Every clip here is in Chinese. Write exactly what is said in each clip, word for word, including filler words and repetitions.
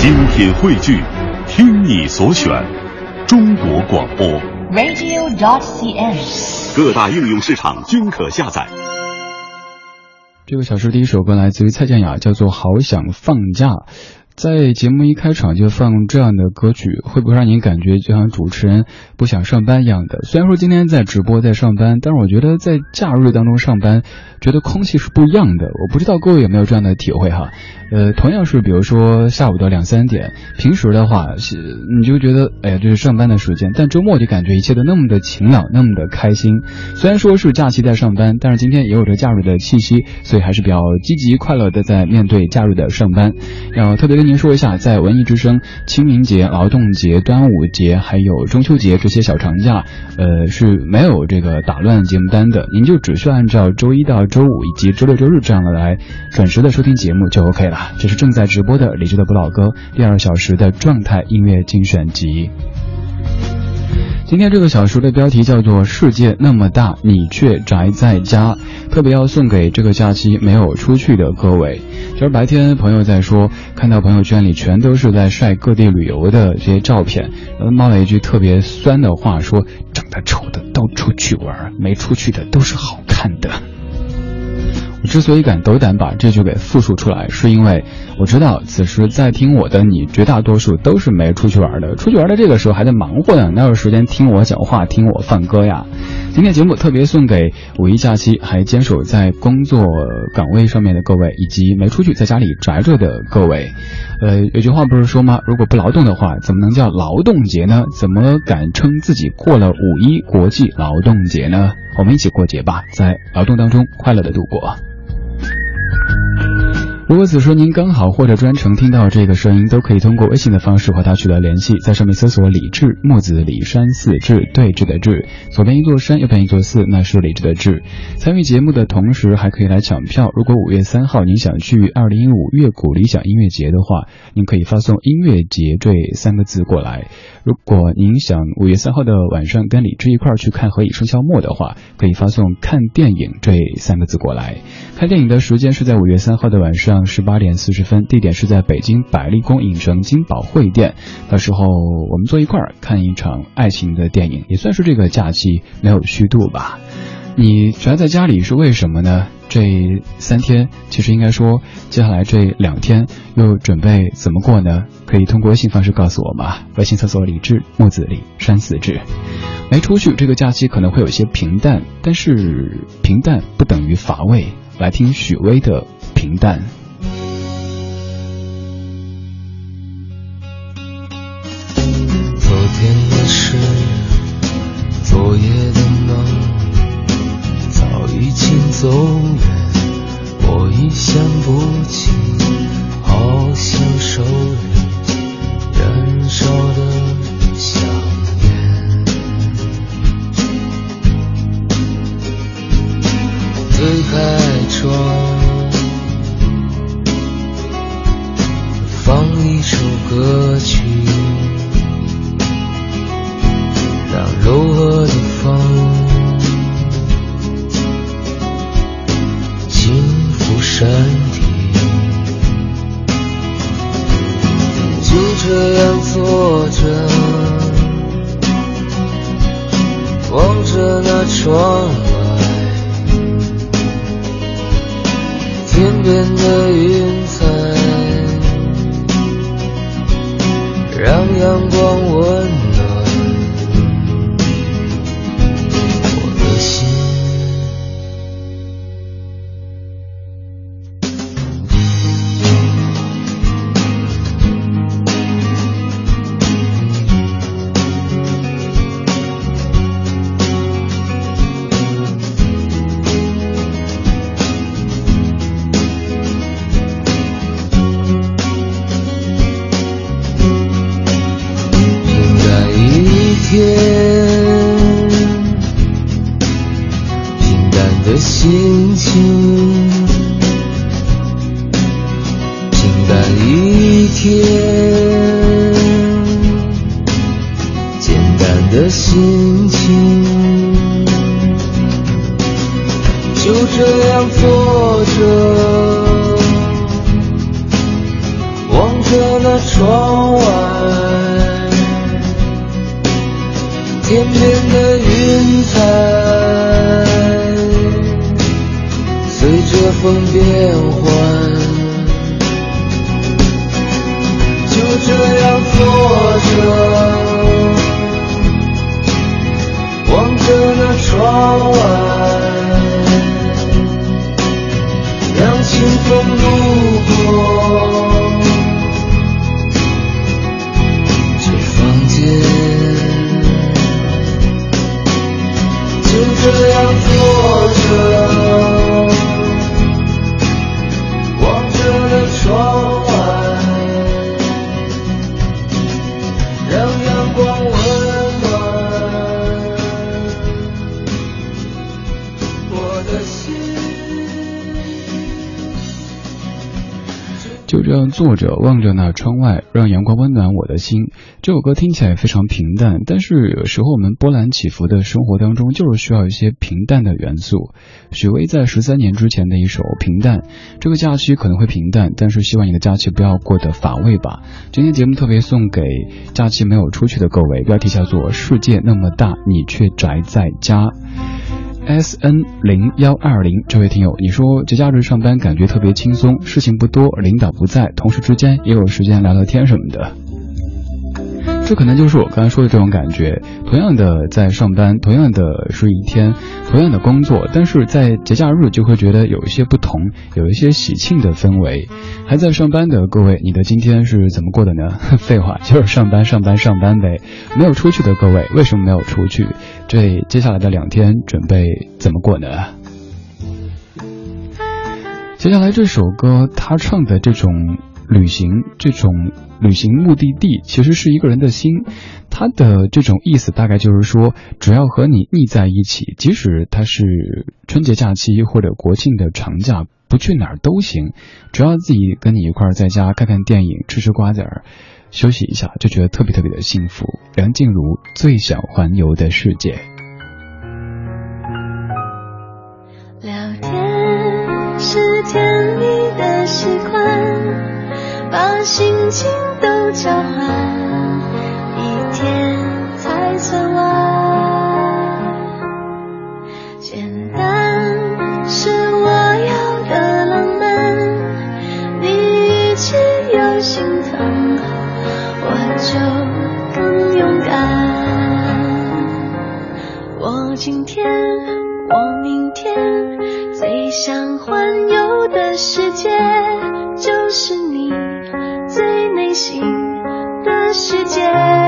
精品汇聚，听你所选，中国广播 radio dot c n， 各大应用市场均可下载。 这个小时第一首歌来自于蔡健雅，叫做《好想放假》。在节目一开场就放这样的歌曲，会不会让您感觉就像主持人不想上班一样的？虽然说今天在直播在上班，但是我觉得在假日当中上班，觉得空气是不一样的。我不知道各位有没有这样的体会哈？呃，同样是比如说下午的两三点，平时的话是你就觉得哎呀这是上班的时间，但周末就感觉一切都那么的晴朗，那么的开心。虽然说是假期在上班，但是今天也有着假日的气息，所以还是比较积极快乐的在面对假日的上班。要特别跟您说一下，在文艺之声清明节、劳动节、端午节还有中秋节这些小长假，呃是没有这个打乱节目单的，您就只需要按照周一到周五以及周六周日这样的来准时的收听节目就 OK 了。这是正在直播的理智的不老歌第二小时的状态音乐精选集。今天这个小说的标题叫做世界那么大你却宅在家，特别要送给这个假期没有出去的各位。就是白天朋友在说，看到朋友圈里全都是在晒各地旅游的这些照片，然后冒了一句特别酸的话，说长得丑的都出去玩，没出去的都是好看的。我之所以敢斗胆把这句给复述出来，是因为我知道此时在听我的你绝大多数都是没出去玩的，出去玩的这个时候还在忙活呢，哪有时间听我讲话听我放歌呀。今天节目特别送给五一假期还坚守在工作岗位上面的各位，以及没出去在家里宅着的各位。呃，有句话不是说吗，如果不劳动的话怎么能叫劳动节呢？怎么敢称自己过了五一国际劳动节呢？我们一起过节吧，在劳动当中快乐的度过。如果此时您刚好或者专程听到这个声音，都可以通过微信的方式和他取得联系，在上面搜索李志，木子李，山寺志，对峙的志，左边一座山右边一座寺，那是李志的志。参与节目的同时还可以来抢票，如果五月三号您想去二零一五乐谷理想音乐节的话，您可以发送音乐节这三个字过来。如果您想五月三号的晚上跟李志一块去看何以笙箫默的话，可以发送看电影这三个字过来。看电影的时间是在五月三号的晚上十八点四十分，地点是在北京百丽宫影城金宝汇店。到时候我们坐一块儿看一场爱情的电影，也算是这个假期没有虚度吧。你宅在家里是为什么呢？这三天其实应该说接下来这两天又准备怎么过呢？可以通过微信方式告诉我嘛，微信搜索李志，木子李，山寺志。没出去这个假期可能会有些平淡，但是平淡不等于乏味。来听许巍的平淡。 昨天的事，昨夜的梦，早已经走远，我已想不起，好像手里燃烧的香烟。推开窗，放一首歌曲，让柔和的风轻抚身体，就这样坐着，望着那窗外，天边的云彩让阳光温暖我的心。平淡的心情，平淡一天，简单的心情，就这样坐着，望着那窗外，天边的云彩随着风变换，就这样坐着，望着那窗外，让清风路过这房间，就这样坐着，望着那窗外，让阳光温暖我的心。 就这样坐着望着那窗外，让阳光温暖我的心。这首歌听起来非常平淡，但是有时候我们波澜起伏的生活当中就是需要一些平淡的元素。许巍在十三年之前的一首《平淡》，这个假期可能会平淡，但是希望你的假期不要过得乏味吧。今天节目特别送给假期没有出去的各位，标题叫做世界那么大你却宅在家。S N 零一二零这位听友，你说节假日上班感觉特别轻松，事情不多，领导不在，同事之间也有时间聊聊天什么的。这可能就是我刚才说的这种感觉，同样的在上班，同样的是一天，同样的工作，但是在节假日就会觉得有一些不同，有一些喜庆的氛围。还在上班的各位，你的今天是怎么过的呢？废话，就是上班上班上班呗。没有出去的各位，为什么没有出去？这接下来的两天准备怎么过呢？接下来这首歌他唱的这种旅行，这种旅行目的地其实是一个人的心，他的这种意思大概就是说，只要和你腻在一起，即使他是春节假期或者国庆的长假，不去哪儿都行，只要自己跟你一块儿在家看看电影，吃吃瓜子儿，休息一下，就觉得特别特别的幸福。梁静茹最想环游的世界。 聊天是甜蜜的习惯，把心情都交换，一天才算完。简单是我要的浪漫，你语气有心疼，我就更勇敢。我今天，我明天，最想环游的世界就是你最内心的世界。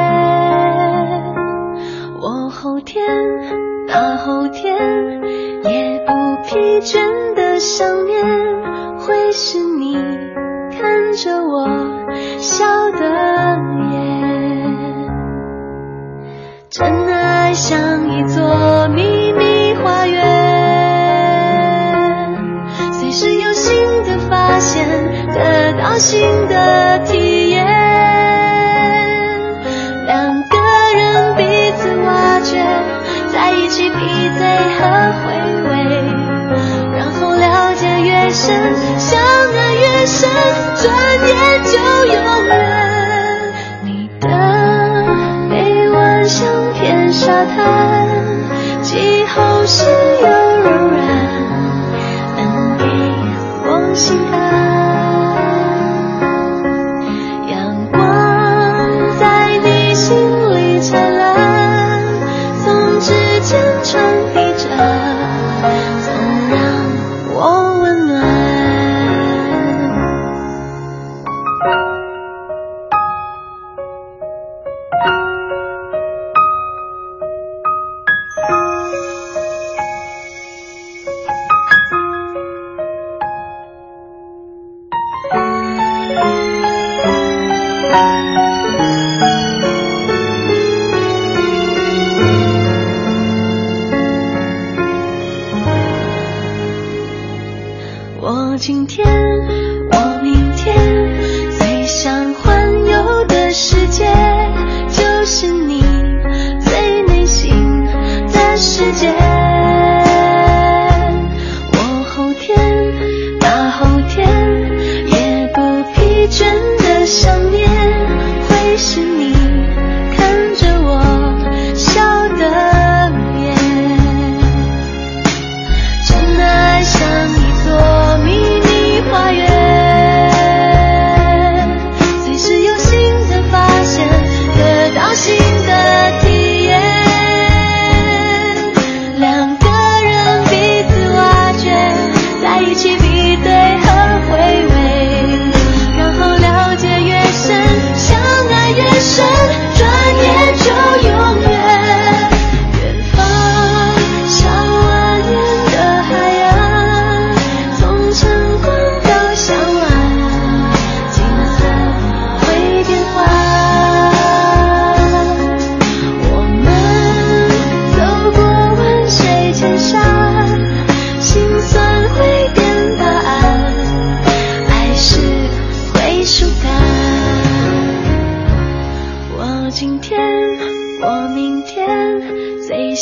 我后天大后天也不疲倦的想念，会是你看着我笑的眼。真爱像一座秘密花园，随时有新的发现，得到新的体验，两个人彼此挖掘，在一起闭嘴和回味，然后了解越深，相爱越深，转眼就永远。你的臂弯像片沙滩，既厚实又柔软，能给我心安。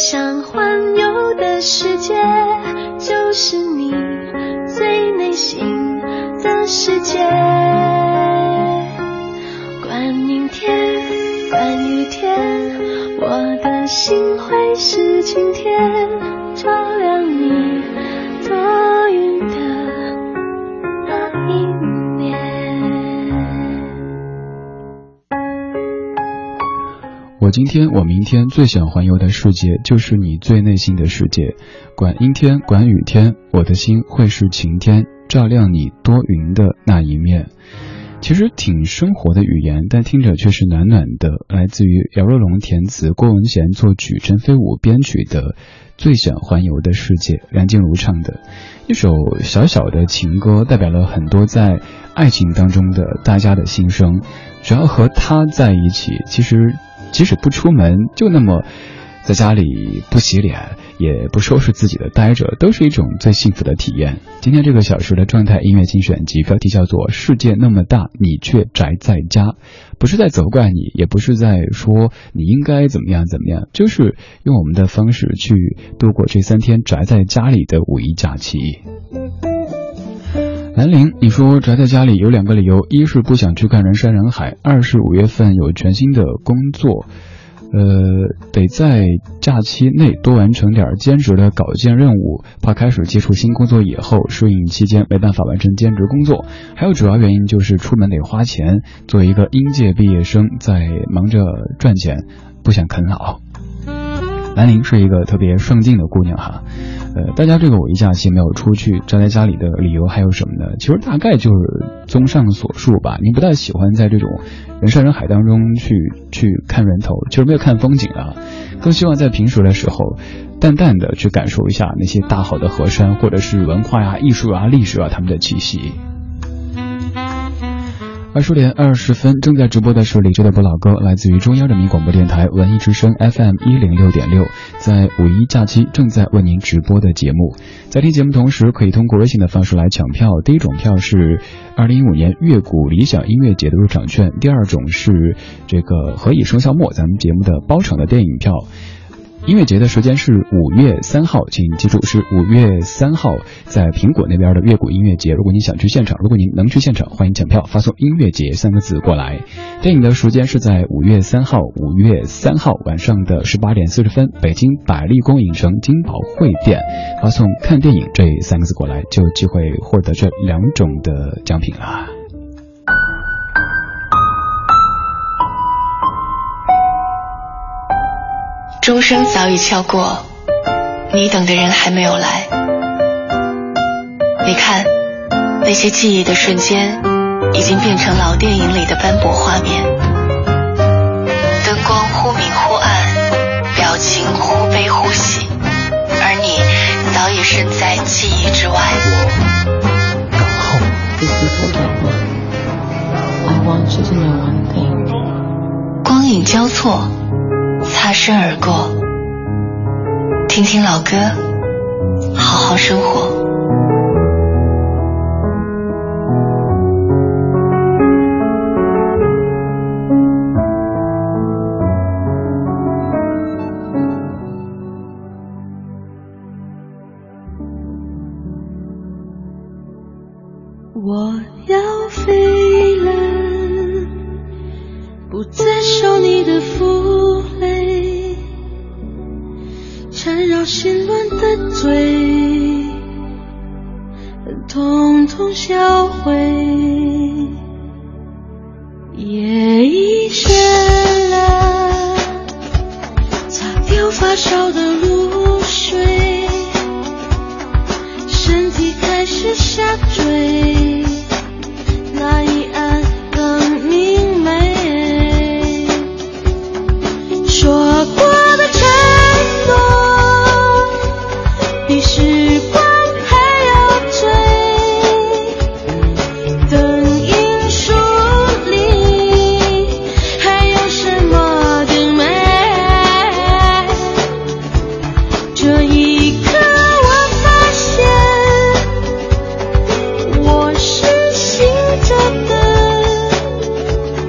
想环游的世界，就是你最内心的世界。管明天，管雨天，我的心会是晴天，照亮你多云的那一面。 我今天我明天最想环游的世界，就是你最内心的世界。管阴天管雨天，我的心会是晴天，照亮你多云的那一面。其实挺生活的语言，但听着却是暖暖的，来自于姚若龙填词，郭文贤作曲，陈飞武编曲的最想环游的世界，梁静茹唱的一首小小的情歌，代表了很多在爱情当中的大家的心声。只要和他在一起，其实即使不出门，就那么在家里不洗脸也不收拾自己的待着，都是一种最幸福的体验。今天这个小时的状态音乐精选集标题叫做世界那么大，你却宅在家。不是在责怪你，也不是在说你应该怎么样怎么样，就是用我们的方式去度过这三天宅在家里的五一假期。兰陵，你说宅在家里有两个理由，一是不想去看人山人海，二是五月份有全新的工作，呃，得在假期内多完成点兼职的稿件任务，怕开始接触新工作以后适应期间没办法完成兼职工作。还有主要原因就是出门得花钱，作为一个应届毕业生在忙着赚钱，不想啃老。兰陵是一个特别上进的姑娘哈，呃，大家这个五一假期没有出去宅在家里的理由还有什么呢？其实大概就是综上所述吧。你不太喜欢在这种人山人海当中去去看人头，就是没有看风景啊，更希望在平时的时候淡淡的去感受一下那些大好的河山，或者是文化呀、艺术啊、历史啊他们的气息。二十点二十分，正在直播的是李志的不老歌，来自于中央人民广播电台文艺之声 F M 一零六点六，在五一假期正在为您直播的节目。在听节目同时，可以通过微信的方式来抢票。第一种票是二零一五年乐谷理想音乐节的入场券，第二种是这个何以笙箫默咱们节目的包场的电影票。音乐节的时间是五月三号，请记住是五月三号，在苹果那边的乐谷音乐节。如果你想去现场，如果您能去现场，欢迎抢票，发送音乐节三个字过来。电影的时间是在五月三号，五月三号晚上的十八点四十分，北京百丽宫影城金宝汇店，发送看电影这三个字过来，就有机会获得这两种的奖品啦。 钟声早已敲过，你等的人还没有来。你看，那些记忆的瞬间已经变成老电影里的斑驳画面，灯光忽明忽暗，表情忽悲忽喜，而你早已身在记忆之外。 我刚好 This is what I want. I want you to know one thing. 光影交错，擦身而过，听听老歌，好好生活。 我要飞了，不再受你的负累，缠绕心乱的嘴，统统销毁。夜已深了，擦掉发梢的露水，身体开始下坠，那一岸更明媚。说过的承诺，比时光还要追。灯影树里，还有什么更美？这一刻我发现，我是醒着的，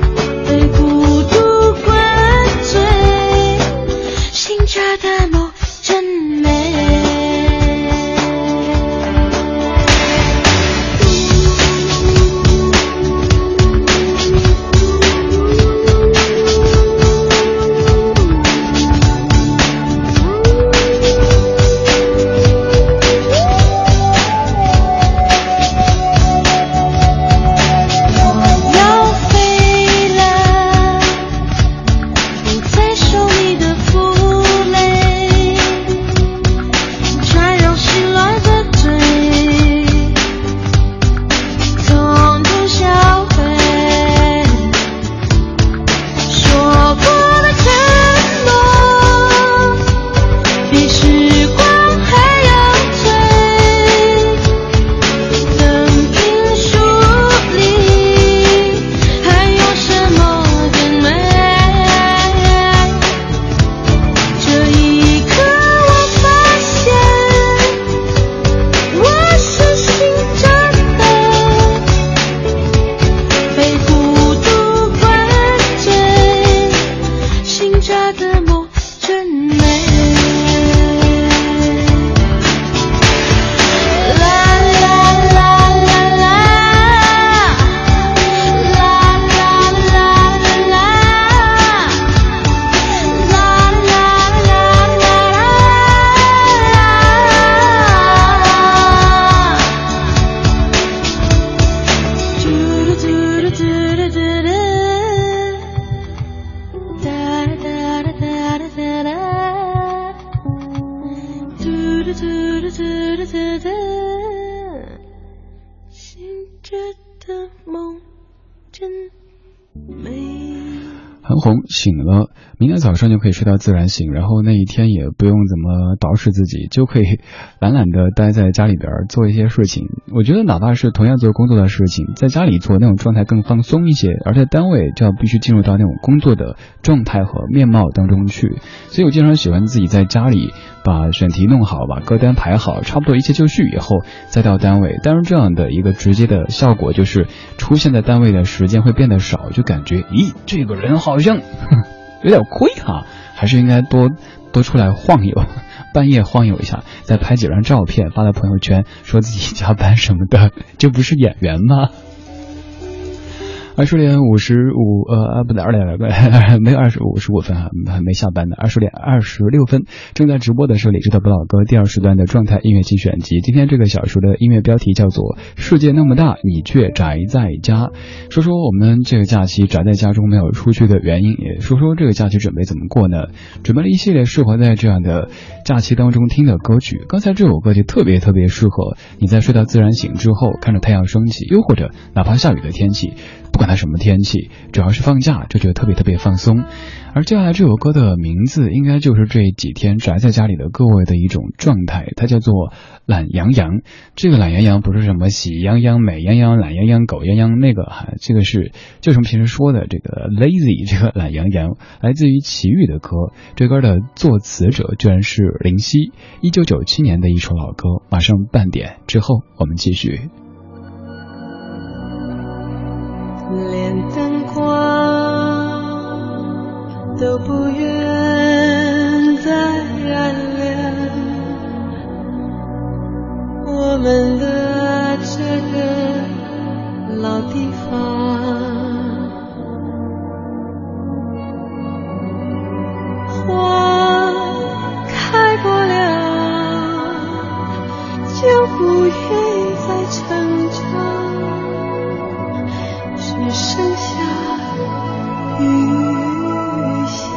被孤独灌醉。醒着的梦很红，醒了，明天早上就可以睡到自然醒，然后那一天也不用怎么捯饬自己，就可以懒懒的待在家里边做一些事情。我觉得哪怕是同样做工作的事情，在家里做那种状态更放松一些，而在单位就要必须进入到那种工作的状态和面貌当中去。所以我经常喜欢自己在家里把选题弄好，把歌单排好，差不多一切就绪以后再到单位。当然这样的一个直接的效果就是出现在单位的时间会变得少，就感觉咦这个人好像有点亏哈，还是应该多多出来晃悠，半夜晃悠一下，再拍几张照片发到朋友圈，说自己加班什么的，这不是演员吗？二十点五十五，呃，不对，二点没有二十五十五分啊，还没下班呢。二十点二十六分，正在直播的是李志的不老歌第二时段的状态音乐精选集。今天这个小时的音乐标题叫做《世界那么大，你却宅在家》。说说我们这个假期宅在家中没有出去的原因，也说说这个假期准备怎么过呢？准备了一系列适合在这样的假期当中听的歌曲。刚才这首歌就特别特别适合你在睡到自然醒之后，看着太阳升起，又或者哪怕下雨的天气。不管它什么天气，只要是放假就觉得特别特别放松。而接下来这首歌的名字应该就是这几天宅在家里的各位的一种状态，它叫做懒洋洋。这个懒洋洋不是什么喜洋洋美洋洋懒洋洋狗洋洋那个哈，这个是就是我们平时说的这个 lazy 这个懒洋洋，来自于齐豫的歌。这歌的作词者居然是林夕，一九九七年的一首老歌。马上半点之后我们继续。 连灯光都不愿再燃亮，我们的这个老地方，花开过了就不愿再成长，只剩下余香，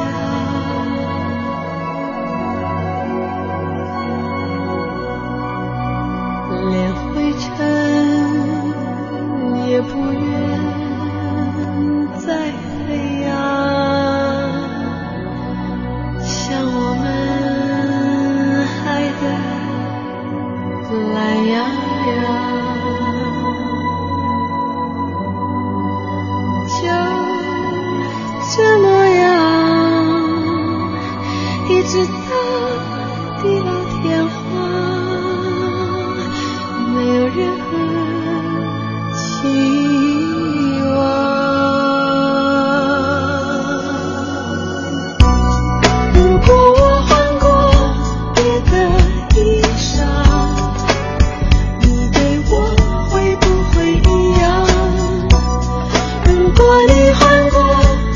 连灰尘也不愿再飞扬，像我们还在懒洋洋。这模样，一直到地老天荒，没有任何期望。如果我换过别的衣裳，你对我会不会一样？如果你换过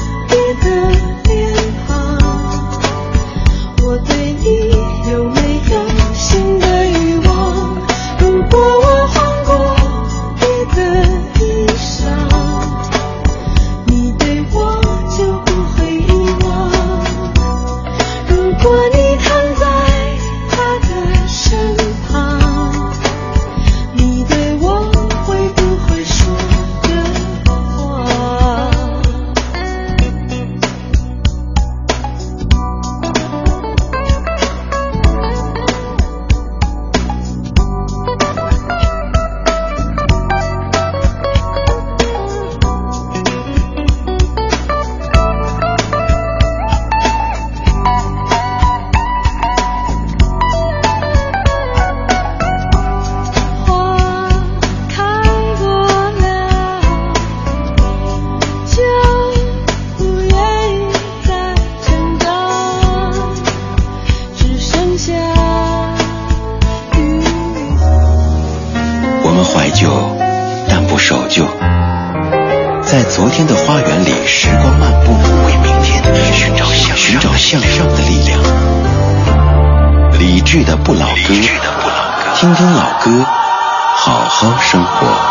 听听老歌，好好生活。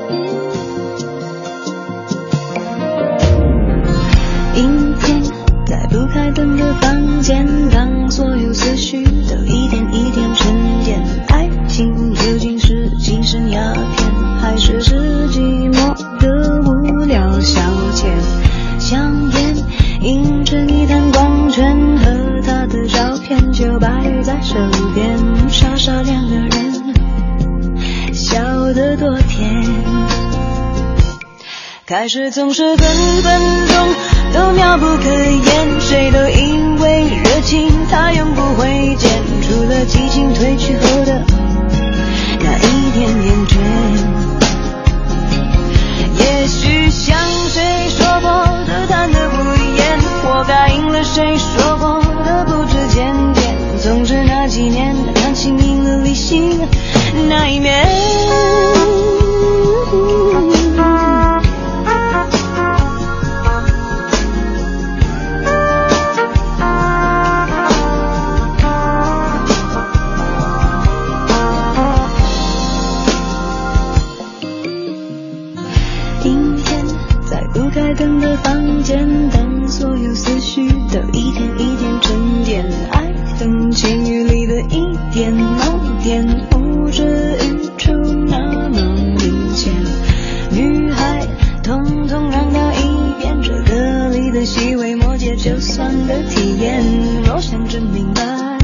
阴天在不开灯的房间，当所有思绪都一点一点沉淀，爱情究竟是精神鸦片，还是是寂寞的无聊消遣？香烟映成一滩光圈，和他的照片就摆在手边，傻傻两个人笑得多甜。开始总是分分钟都妙不可言，谁都因为热情他永不会减，除了激情褪去后的那一点厌倦。也许像谁说过的谈得不厌，活该应了谁说过的不知检点，总之那几年感情赢了理性那一面。开灯的房间，当所有思绪都一点一点沉淀，爱等情欲里的一点盲点，无着语出那么明显。女孩统统让到一边，这歌里的细微末节就算的体验，若想真明白，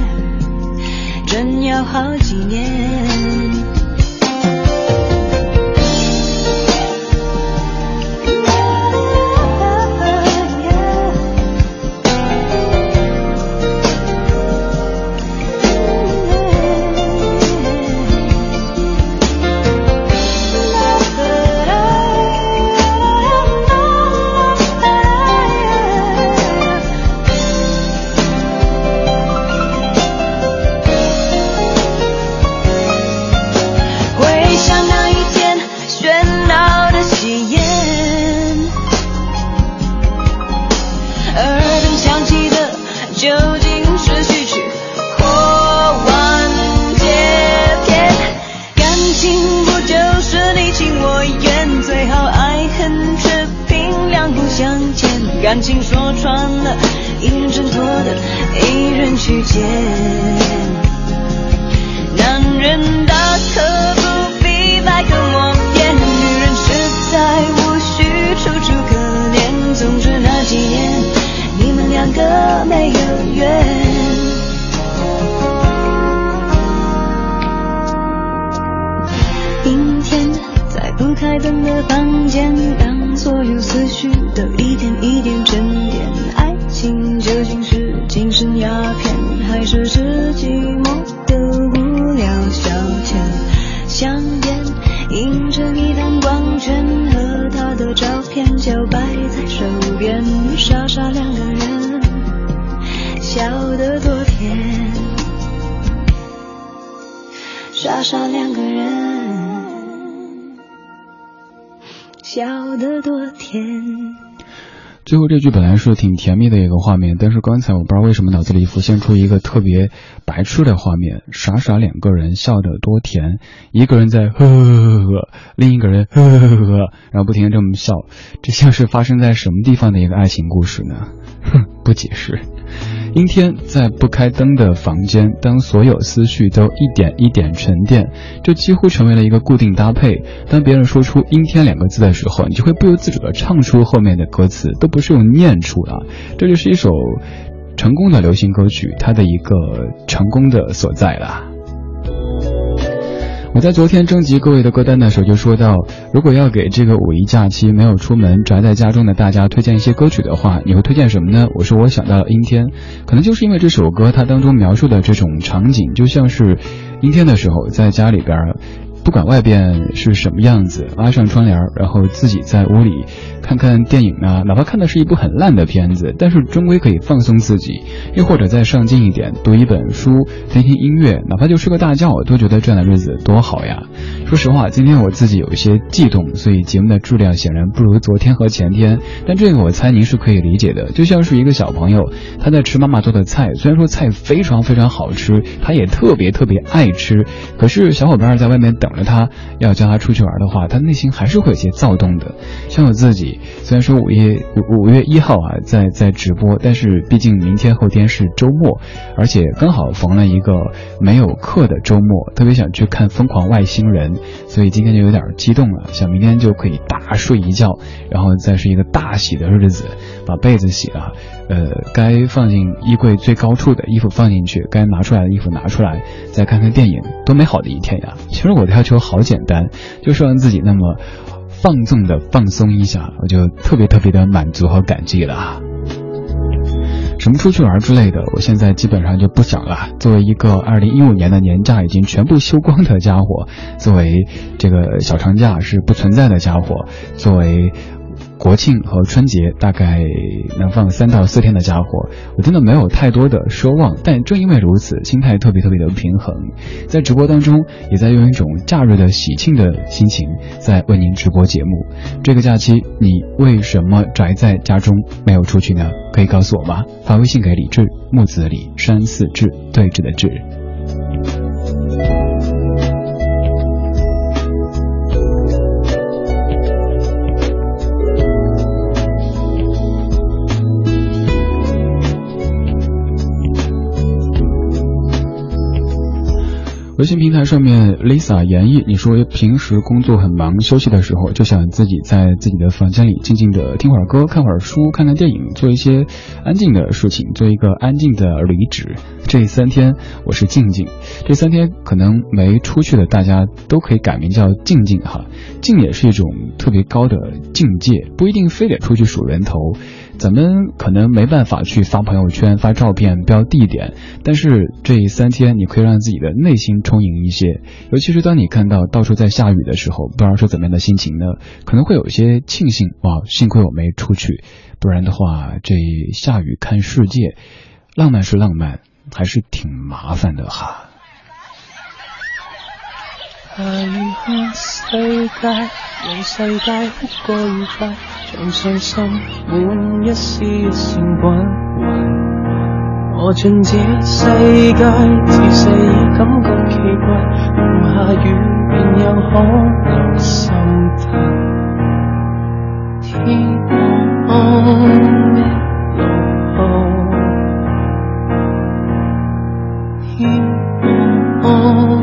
真要好几年。感情说穿了，一人挣脱的，一人去捡。男人大可不必百口莫辩，女人实在无需楚楚可怜。总之那几年，你们两个没有缘。阴天，在不开灯的房间，当所有思绪都一点一点沉淀，爱情究竟是精神鸦片，还是是寂寞的无聊消遣？香烟映成一滩光圈，和他的照片就摆在手边，傻傻两个人笑得多甜，傻傻两个人笑得多甜。 最后这句本来是挺甜蜜的一个画面，但是刚才我不知道为什么脑子里浮现出一个特别白痴的画面，傻傻两个人笑得多甜，一个人在呵呵呵呵，另一个人呵呵呵呵，然后不停地这么笑，这像是发生在什么地方的一个爱情故事呢？哼，不解释。阴天，在不开灯的房间，当所有思绪都一点一点沉淀，这几乎成为了一个固定搭配。当别人说出阴天两个字的时候，你就会不由自主地唱出后面的歌词，都不是用念出的。这就是一首成功的流行歌曲，它的一个成功的所在啦。我在昨天征集各位的歌单的时候就说到，如果要给这个五一假期没有出门宅在家中的大家推荐一些歌曲的话，你会推荐什么呢？我说我想到了阴天，可能就是因为这首歌它当中描述的这种场景，就像是阴天的时候在家里边，不管外边是什么样子，拉上窗帘，然后自己在屋里看看电影啊，哪怕看的是一部很烂的片子，但是终归可以放松自己。又或者再上进一点，读一本书，听听音乐，哪怕就睡个大觉，都觉得这样的日子多好呀。说实话，今天我自己有一些悸动，所以节目的质量显然不如昨天和前天，但这个我猜您是可以理解的。就像是一个小朋友，他在吃妈妈做的菜，虽然说菜非常非常好吃，他也特别特别爱吃，可是小伙伴在外面等着他，要叫他出去玩的话，他内心还是会有些躁动的。像我自己， 里。虽然说五月五五月一号啊在在直播，但是毕竟明天后天是周末，而且刚好逢了一个没有课的周末，特别想去看《疯狂外星人》，所以今天就有点激动了，想明天就可以大睡一觉，然后再是一个大洗的日子，把被子洗了，呃，该放进衣柜最高处的衣服放进去，该拿出来的衣服拿出来，再看看电影，多美好的一天呀！其实我的要求好简单，就是让自己那么放纵的放松一下，我就特别特别的满足和感激了。什么出去玩之类的，我现在基本上就不想了。作为一个二零一五年的年假已经全部休光的家伙，作为这个小长假是不存在的家伙，作为国庆和春节大概能放三到四天的家伙，我真的没有太多的奢望，但正因为如此，心态特别特别的平衡。在直播当中，也在用一种假日的喜庆的心情，在为您直播节目。这个假期，你为什么宅在家中没有出去呢？可以告诉我吗？发微信给李志，木子李，山寺志，对峙的志。微信平台上面 Lisa 言绎，你说平时工作很忙，休息的时候就想自己在自己的房间里静静的听会儿歌，看会儿书，看看电影，做一些安静的事情，做一个安静的离职。这三天我是静静，这三天可能没出去的大家都可以改名叫静静哈。静也是一种特别高的境界，不一定非得出去数人头，咱们可能没办法去发朋友圈发照片标地点，但是这三天你可以让自己的内心充盈一些，尤其是当你看到到处在下雨的时候，不知道是怎么样的心情呢？可能会有一些庆幸，哇，幸亏我没出去，不然的话这下雨看世界，浪漫是浪漫，还是挺麻烦的哈。 下雨看世界，讓世界哭過愉快，像傷心滿一絲一線關懷。我進這世界，自細已感覺奇怪，唔下雨便有可能心態。天空的路途，天空。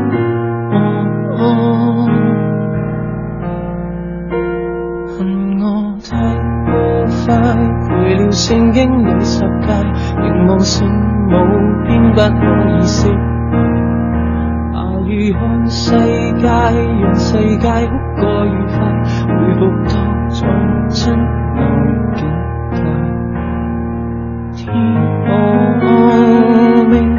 恨我太過快，陪了聖經裏十誡，凝望聖母邊不可以釋懷。下雨看世界，讓世界哭過愉快，回復到從真愛境界。天空明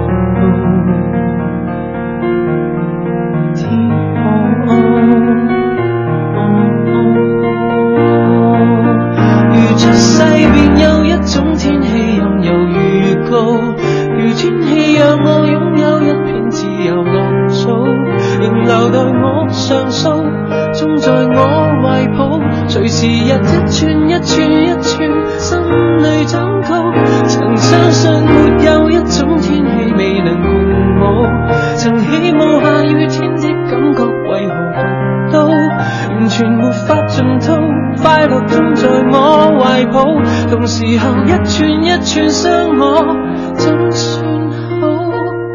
出世便有一種天氣任由預告，如天氣讓我擁有一片自由綠草，仍留待我上訴，種在我懷抱，隨時日一寸一寸一寸心裏長高。曾相信沒有一種天氣未能共我，曾起舞下雨天的感覺為何獨到，完全沒法盡吐，快樂種在我懷抱，同時候一寸一寸傷我，怎算好？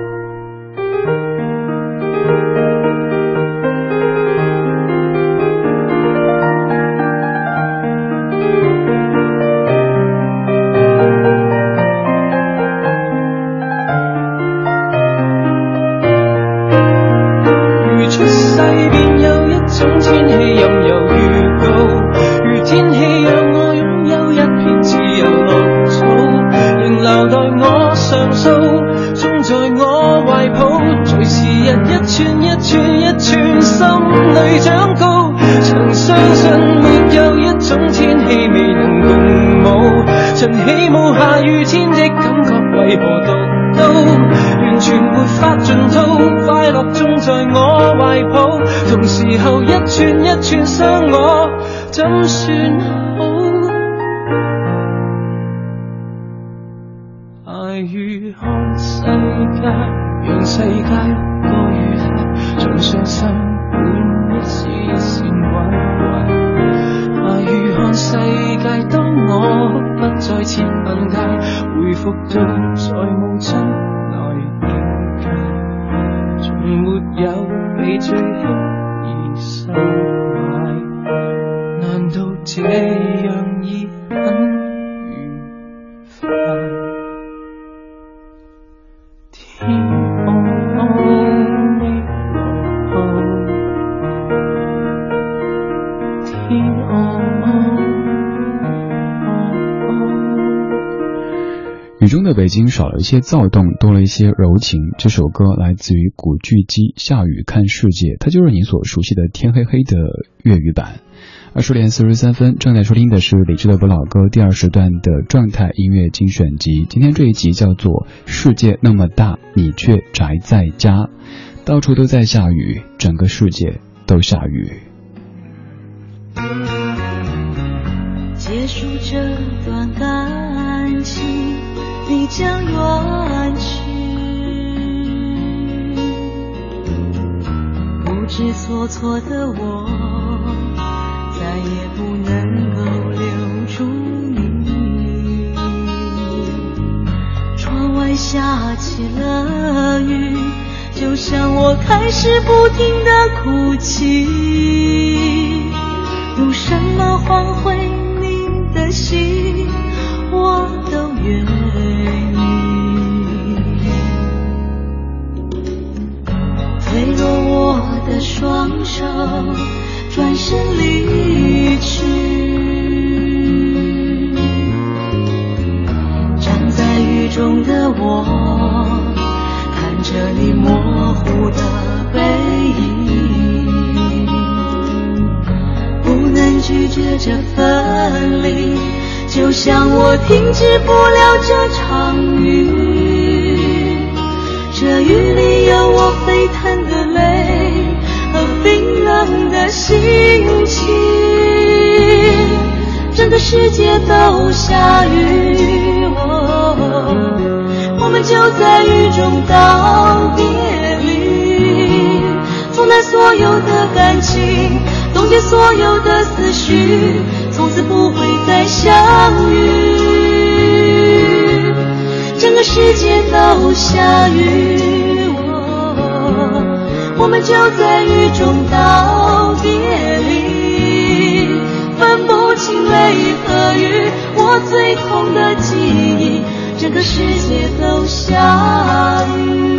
如出世便有一種天氣任由預告，如天氣讓我擁有一片自由綠草，仍留待我上訴，種在我懷抱，隨時日一寸一寸一寸心裏長高。曾相信沒有一種天氣未能共舞，曾起舞下雨天的感覺為何獨到，完全沒法盡吐，快樂種在我懷抱，同時候一寸一寸傷我，怎算好？下雨看世界，讓世界哭過愉快，像傷心滿一絲一線關懷。下雨世界當我不再設限界，回復到再無真愛境界，從沒有被最輕易收買，難道這樣已很愉快？天雨中的北京少了一些躁动，多了一些柔情。这首歌来自于古巨基，下雨看世界，它就是你所熟悉的天黑黑的粤语版。二十点四十三分，正在收听的是理智的不老歌第二时段的状态音乐精选集。今天这一集叫做世界那么大，你却宅在家，到处都在下雨，整个世界都下雨。 结束这段感情，你将远去，不知所措的我再也不能够留住你。窗外下起了雨，就像我开始不停地哭泣，用什么换回你的心，我都愿意。推落我的双手，转身离去，站在雨中的我，看着你模糊的背影，不能拒绝这分离，就像我停止不了这场雨，这雨里有我沸腾的泪和冰冷的心情，整个世界都下雨，哦，我们就在雨中道别离，冲淡所有的感情，冻结所有的思绪，从此不会再相遇，整个世界都下雨，哦，我们就在雨中道别离，分不清泪和雨，我最痛的记忆，整个世界都下雨。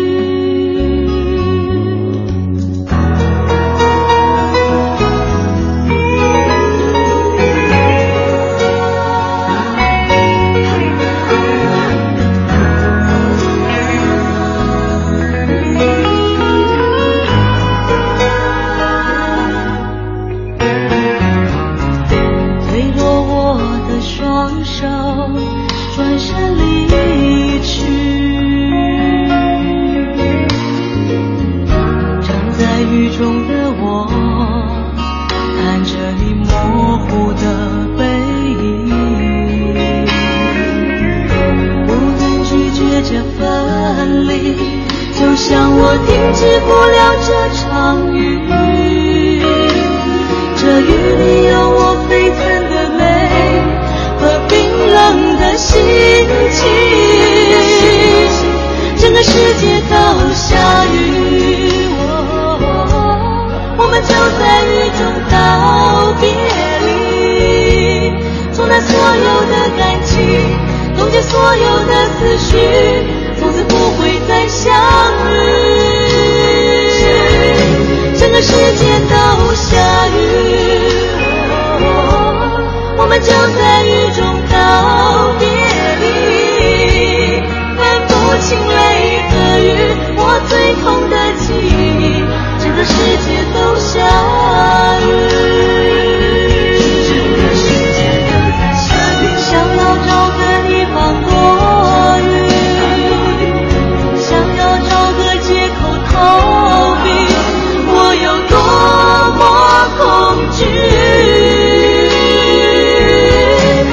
像我停止不了这场雨，这雨里有我沸腾的泪和冰冷的心情，整个世界都下雨，哦，我们就在雨中道别离，冲淡所有的感情，冻结所有的思绪，从此不会再相遇，整个世界都下雨，哦，我们就在雨中道别离，分不清泪和雨，我最痛的记忆，整个世界都下雨，想要找个地方躲雨，想要找个借口逃避，我有多么恐惧，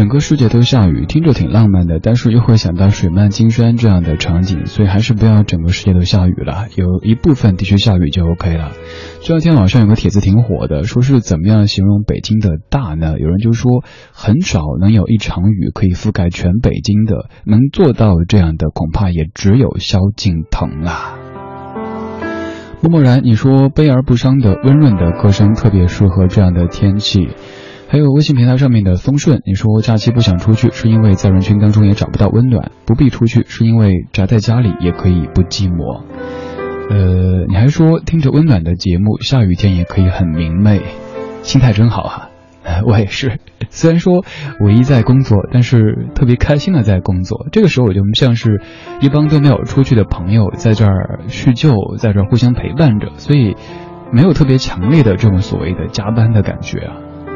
整个世界都下雨，听着挺浪漫的，但是又会想到水漫金山这样的场景，所以还是不要整个世界都下雨了，有一部分地区下雨就 OK 了。这两天网上有个帖子挺火的，说是怎么样形容北京的大呢？有人就说很少能有一场雨可以覆盖全北京的，能做到这样的恐怕也只有萧敬腾啦。默默然，你说悲而不伤的温润的歌声特别适合这样的天气。还有微信平台上面的风顺，你说假期不想出去是因为在人群当中也找不到温暖，不必出去是因为宅在家里也可以不寂寞。呃，你还说听着温暖的节目，下雨天也可以很明媚，心态真好啊。我也是，虽然说我一在工作，但是特别开心的在工作。这个时候我就像是一帮都没有出去的朋友在这儿叙旧，在这儿互相陪伴着，所以没有特别强烈的这种所谓的加班的感觉啊。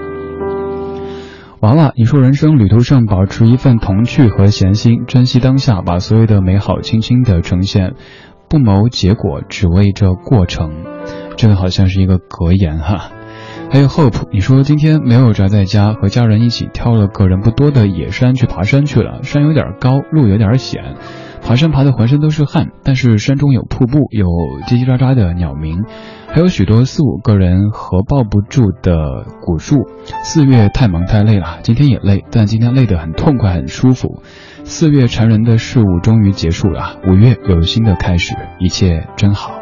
娃娃，你说人生旅途上保持一份童趣和闲心，珍惜当下，把所有的美好轻轻地呈现，不谋结果，只为这过程。这个好像是一个格言哈。还有 Hope， 你说今天没有宅在家，和家人一起挑了个人不多的野山去爬山去了，山有点高，路有点险，爬山爬得浑身都是汗，但是山中有瀑布，有叽叽喳喳的鸟鸣，还有许多四五个人合抱不住的古树。四月太忙太累了，今天也累，但今天累得很痛快很舒服。四月缠人的事物终于结束了，五月有新的开始，一切真好。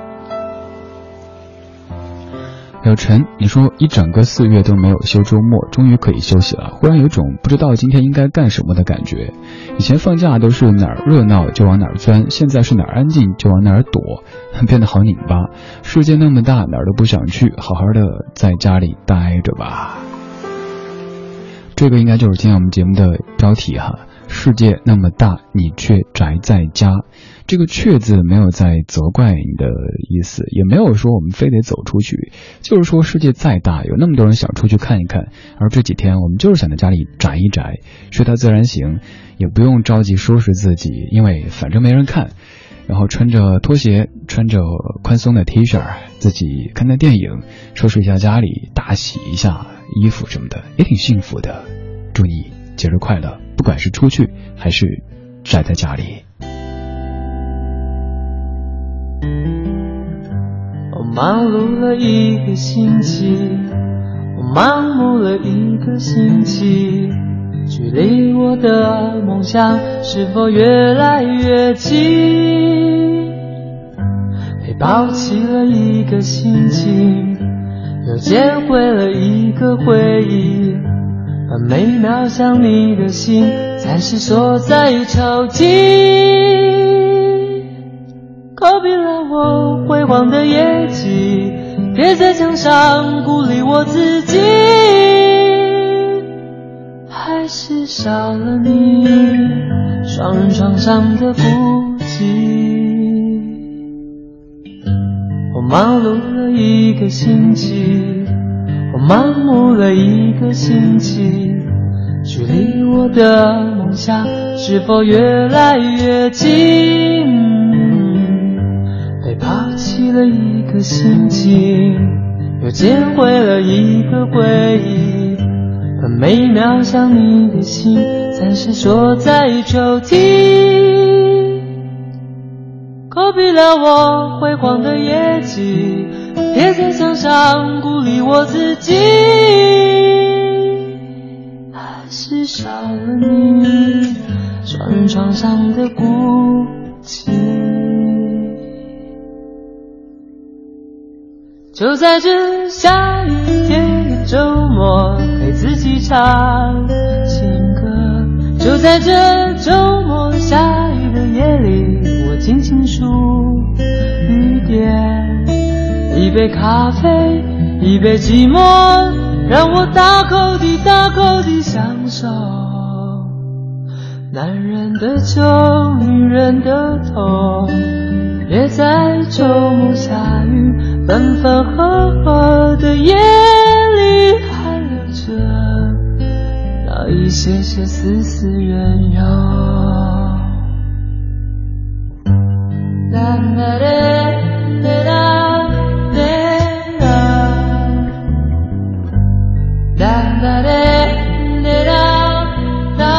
小陈，你说一整个四月都没有休周末，终于可以休息了，忽然有种不知道今天应该干什么的感觉。以前放假都是哪儿热闹就往哪儿钻，现在是哪儿安静就往哪儿躲，变得好拧巴。世界那么大，哪儿都不想去，好好的在家里待着吧。这个应该就是今天我们节目的标题哈，世界那么大，你却宅在家。这个却字没有在责怪你的意思，也没有说我们非得走出去，就是说世界再大，有那么多人想出去看一看，而这几天我们就是想在家里宅一宅，睡到自然醒，也不用着急收拾自己，因为反正没人看，然后穿着拖鞋，穿着宽松的 T 恤，自己看看电影，收拾一下家里，大洗一下衣服什么的，也挺幸福的。祝你节日快乐，不管是出去还是宅在家里。 我忙碌了一个星期，我盲目了一个星期，距离我的梦想是否越来越近？被抛弃了一个心情，又捡回了一个回忆，而每秒想你的心暂时锁在抽屉。Copy 了我辉煌的业绩，贴在墙上鼓励我自己，还是少了你双人床上的孤寂。我忙碌了一个星期，我盲目了一个星期，距离我的梦想是否越来越近？被抛弃了一个心情，又捡回了一个回忆，而每秒想你的心暂时锁在抽屉。Copy 了我辉煌的业绩，贴在墙上鼓励我自己，还是少了你双人床上的孤寂。就在这下雨天的周末，陪自己唱情歌。就在这周末下雨的夜里，我静静数雨点。一杯咖啡，一杯寂寞，让我大口地大口地享受。男人的酒，女人的痛，也在周末下雨分分合合的夜里，还留着那一些些丝丝缘由。啦啦啦啦啦啦啦啦啦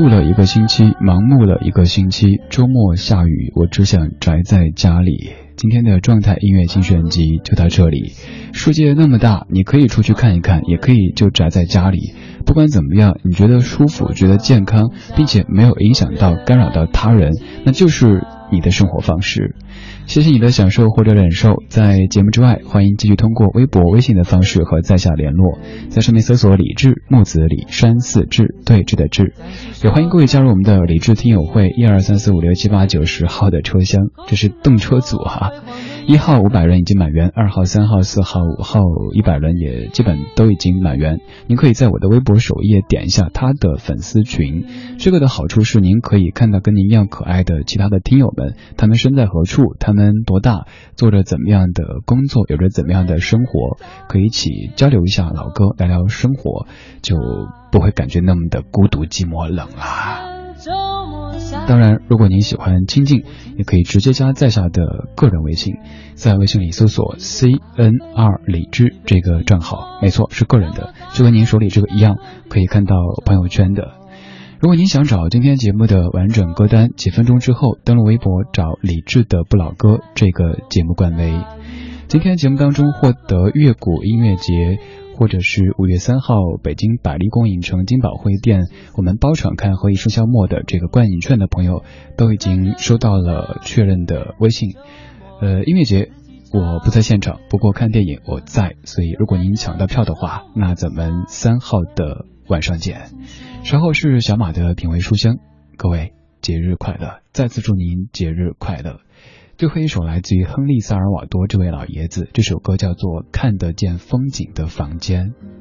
碌了一个星期，盲目了一个星期，周末下雨，我只想宅在家里。今天的状态音乐精选集就到这里。世界那么大，你可以出去看一看，也可以就宅在家里。不管怎么样，你觉得舒服，觉得健康，并且没有影响到干扰到他人，那就是你的生活方式。谢谢你的享受或者忍受。在节目之外，欢迎继续通过微博微信的方式和在下联络，在上面搜索李志，木子李，山寺志，对峙的志。也欢迎各位加入我们的李志听友会一二三四五六七八九十号的车厢，这是动车组哈、啊。一号五百人已经满员，二号三号四号五号一百人也基本都已经满员。您可以在我的微博首页点一下他的粉丝群，这个的好处是您可以看到跟您一样可爱的其他的听友们，他们身在何处，他们多大，做着怎么样的工作，有着怎么样的生活，可以一起交流一下老歌，聊聊生活，就不会感觉那么的孤独寂寞冷啊。当然如果您喜欢亲近，也可以直接加在下的个人微信，在微信里搜索 C N R 李志这个账号，没错，是个人的，就跟您手里这个一样，可以看到朋友圈的。如果您想找今天节目的完整歌单，几分钟之后登录微博找李志的不老歌这个节目冠微。今天节目当中获得乐谷音乐节或者是五月三号北京百丽宫影城金宝汇店我们包场看何以笙箫默的这个观影券的朋友，都已经收到了确认的微信。呃，音乐节我不在现场，不过看电影我在，所以如果您抢到票的话，那咱们三号的晚上见。稍后是小马的品味书香，各位节日快乐，再次祝您节日快乐。最后一首来自于亨利·萨尔瓦多这位老爷子，这首歌叫做《看得见风景的房间》。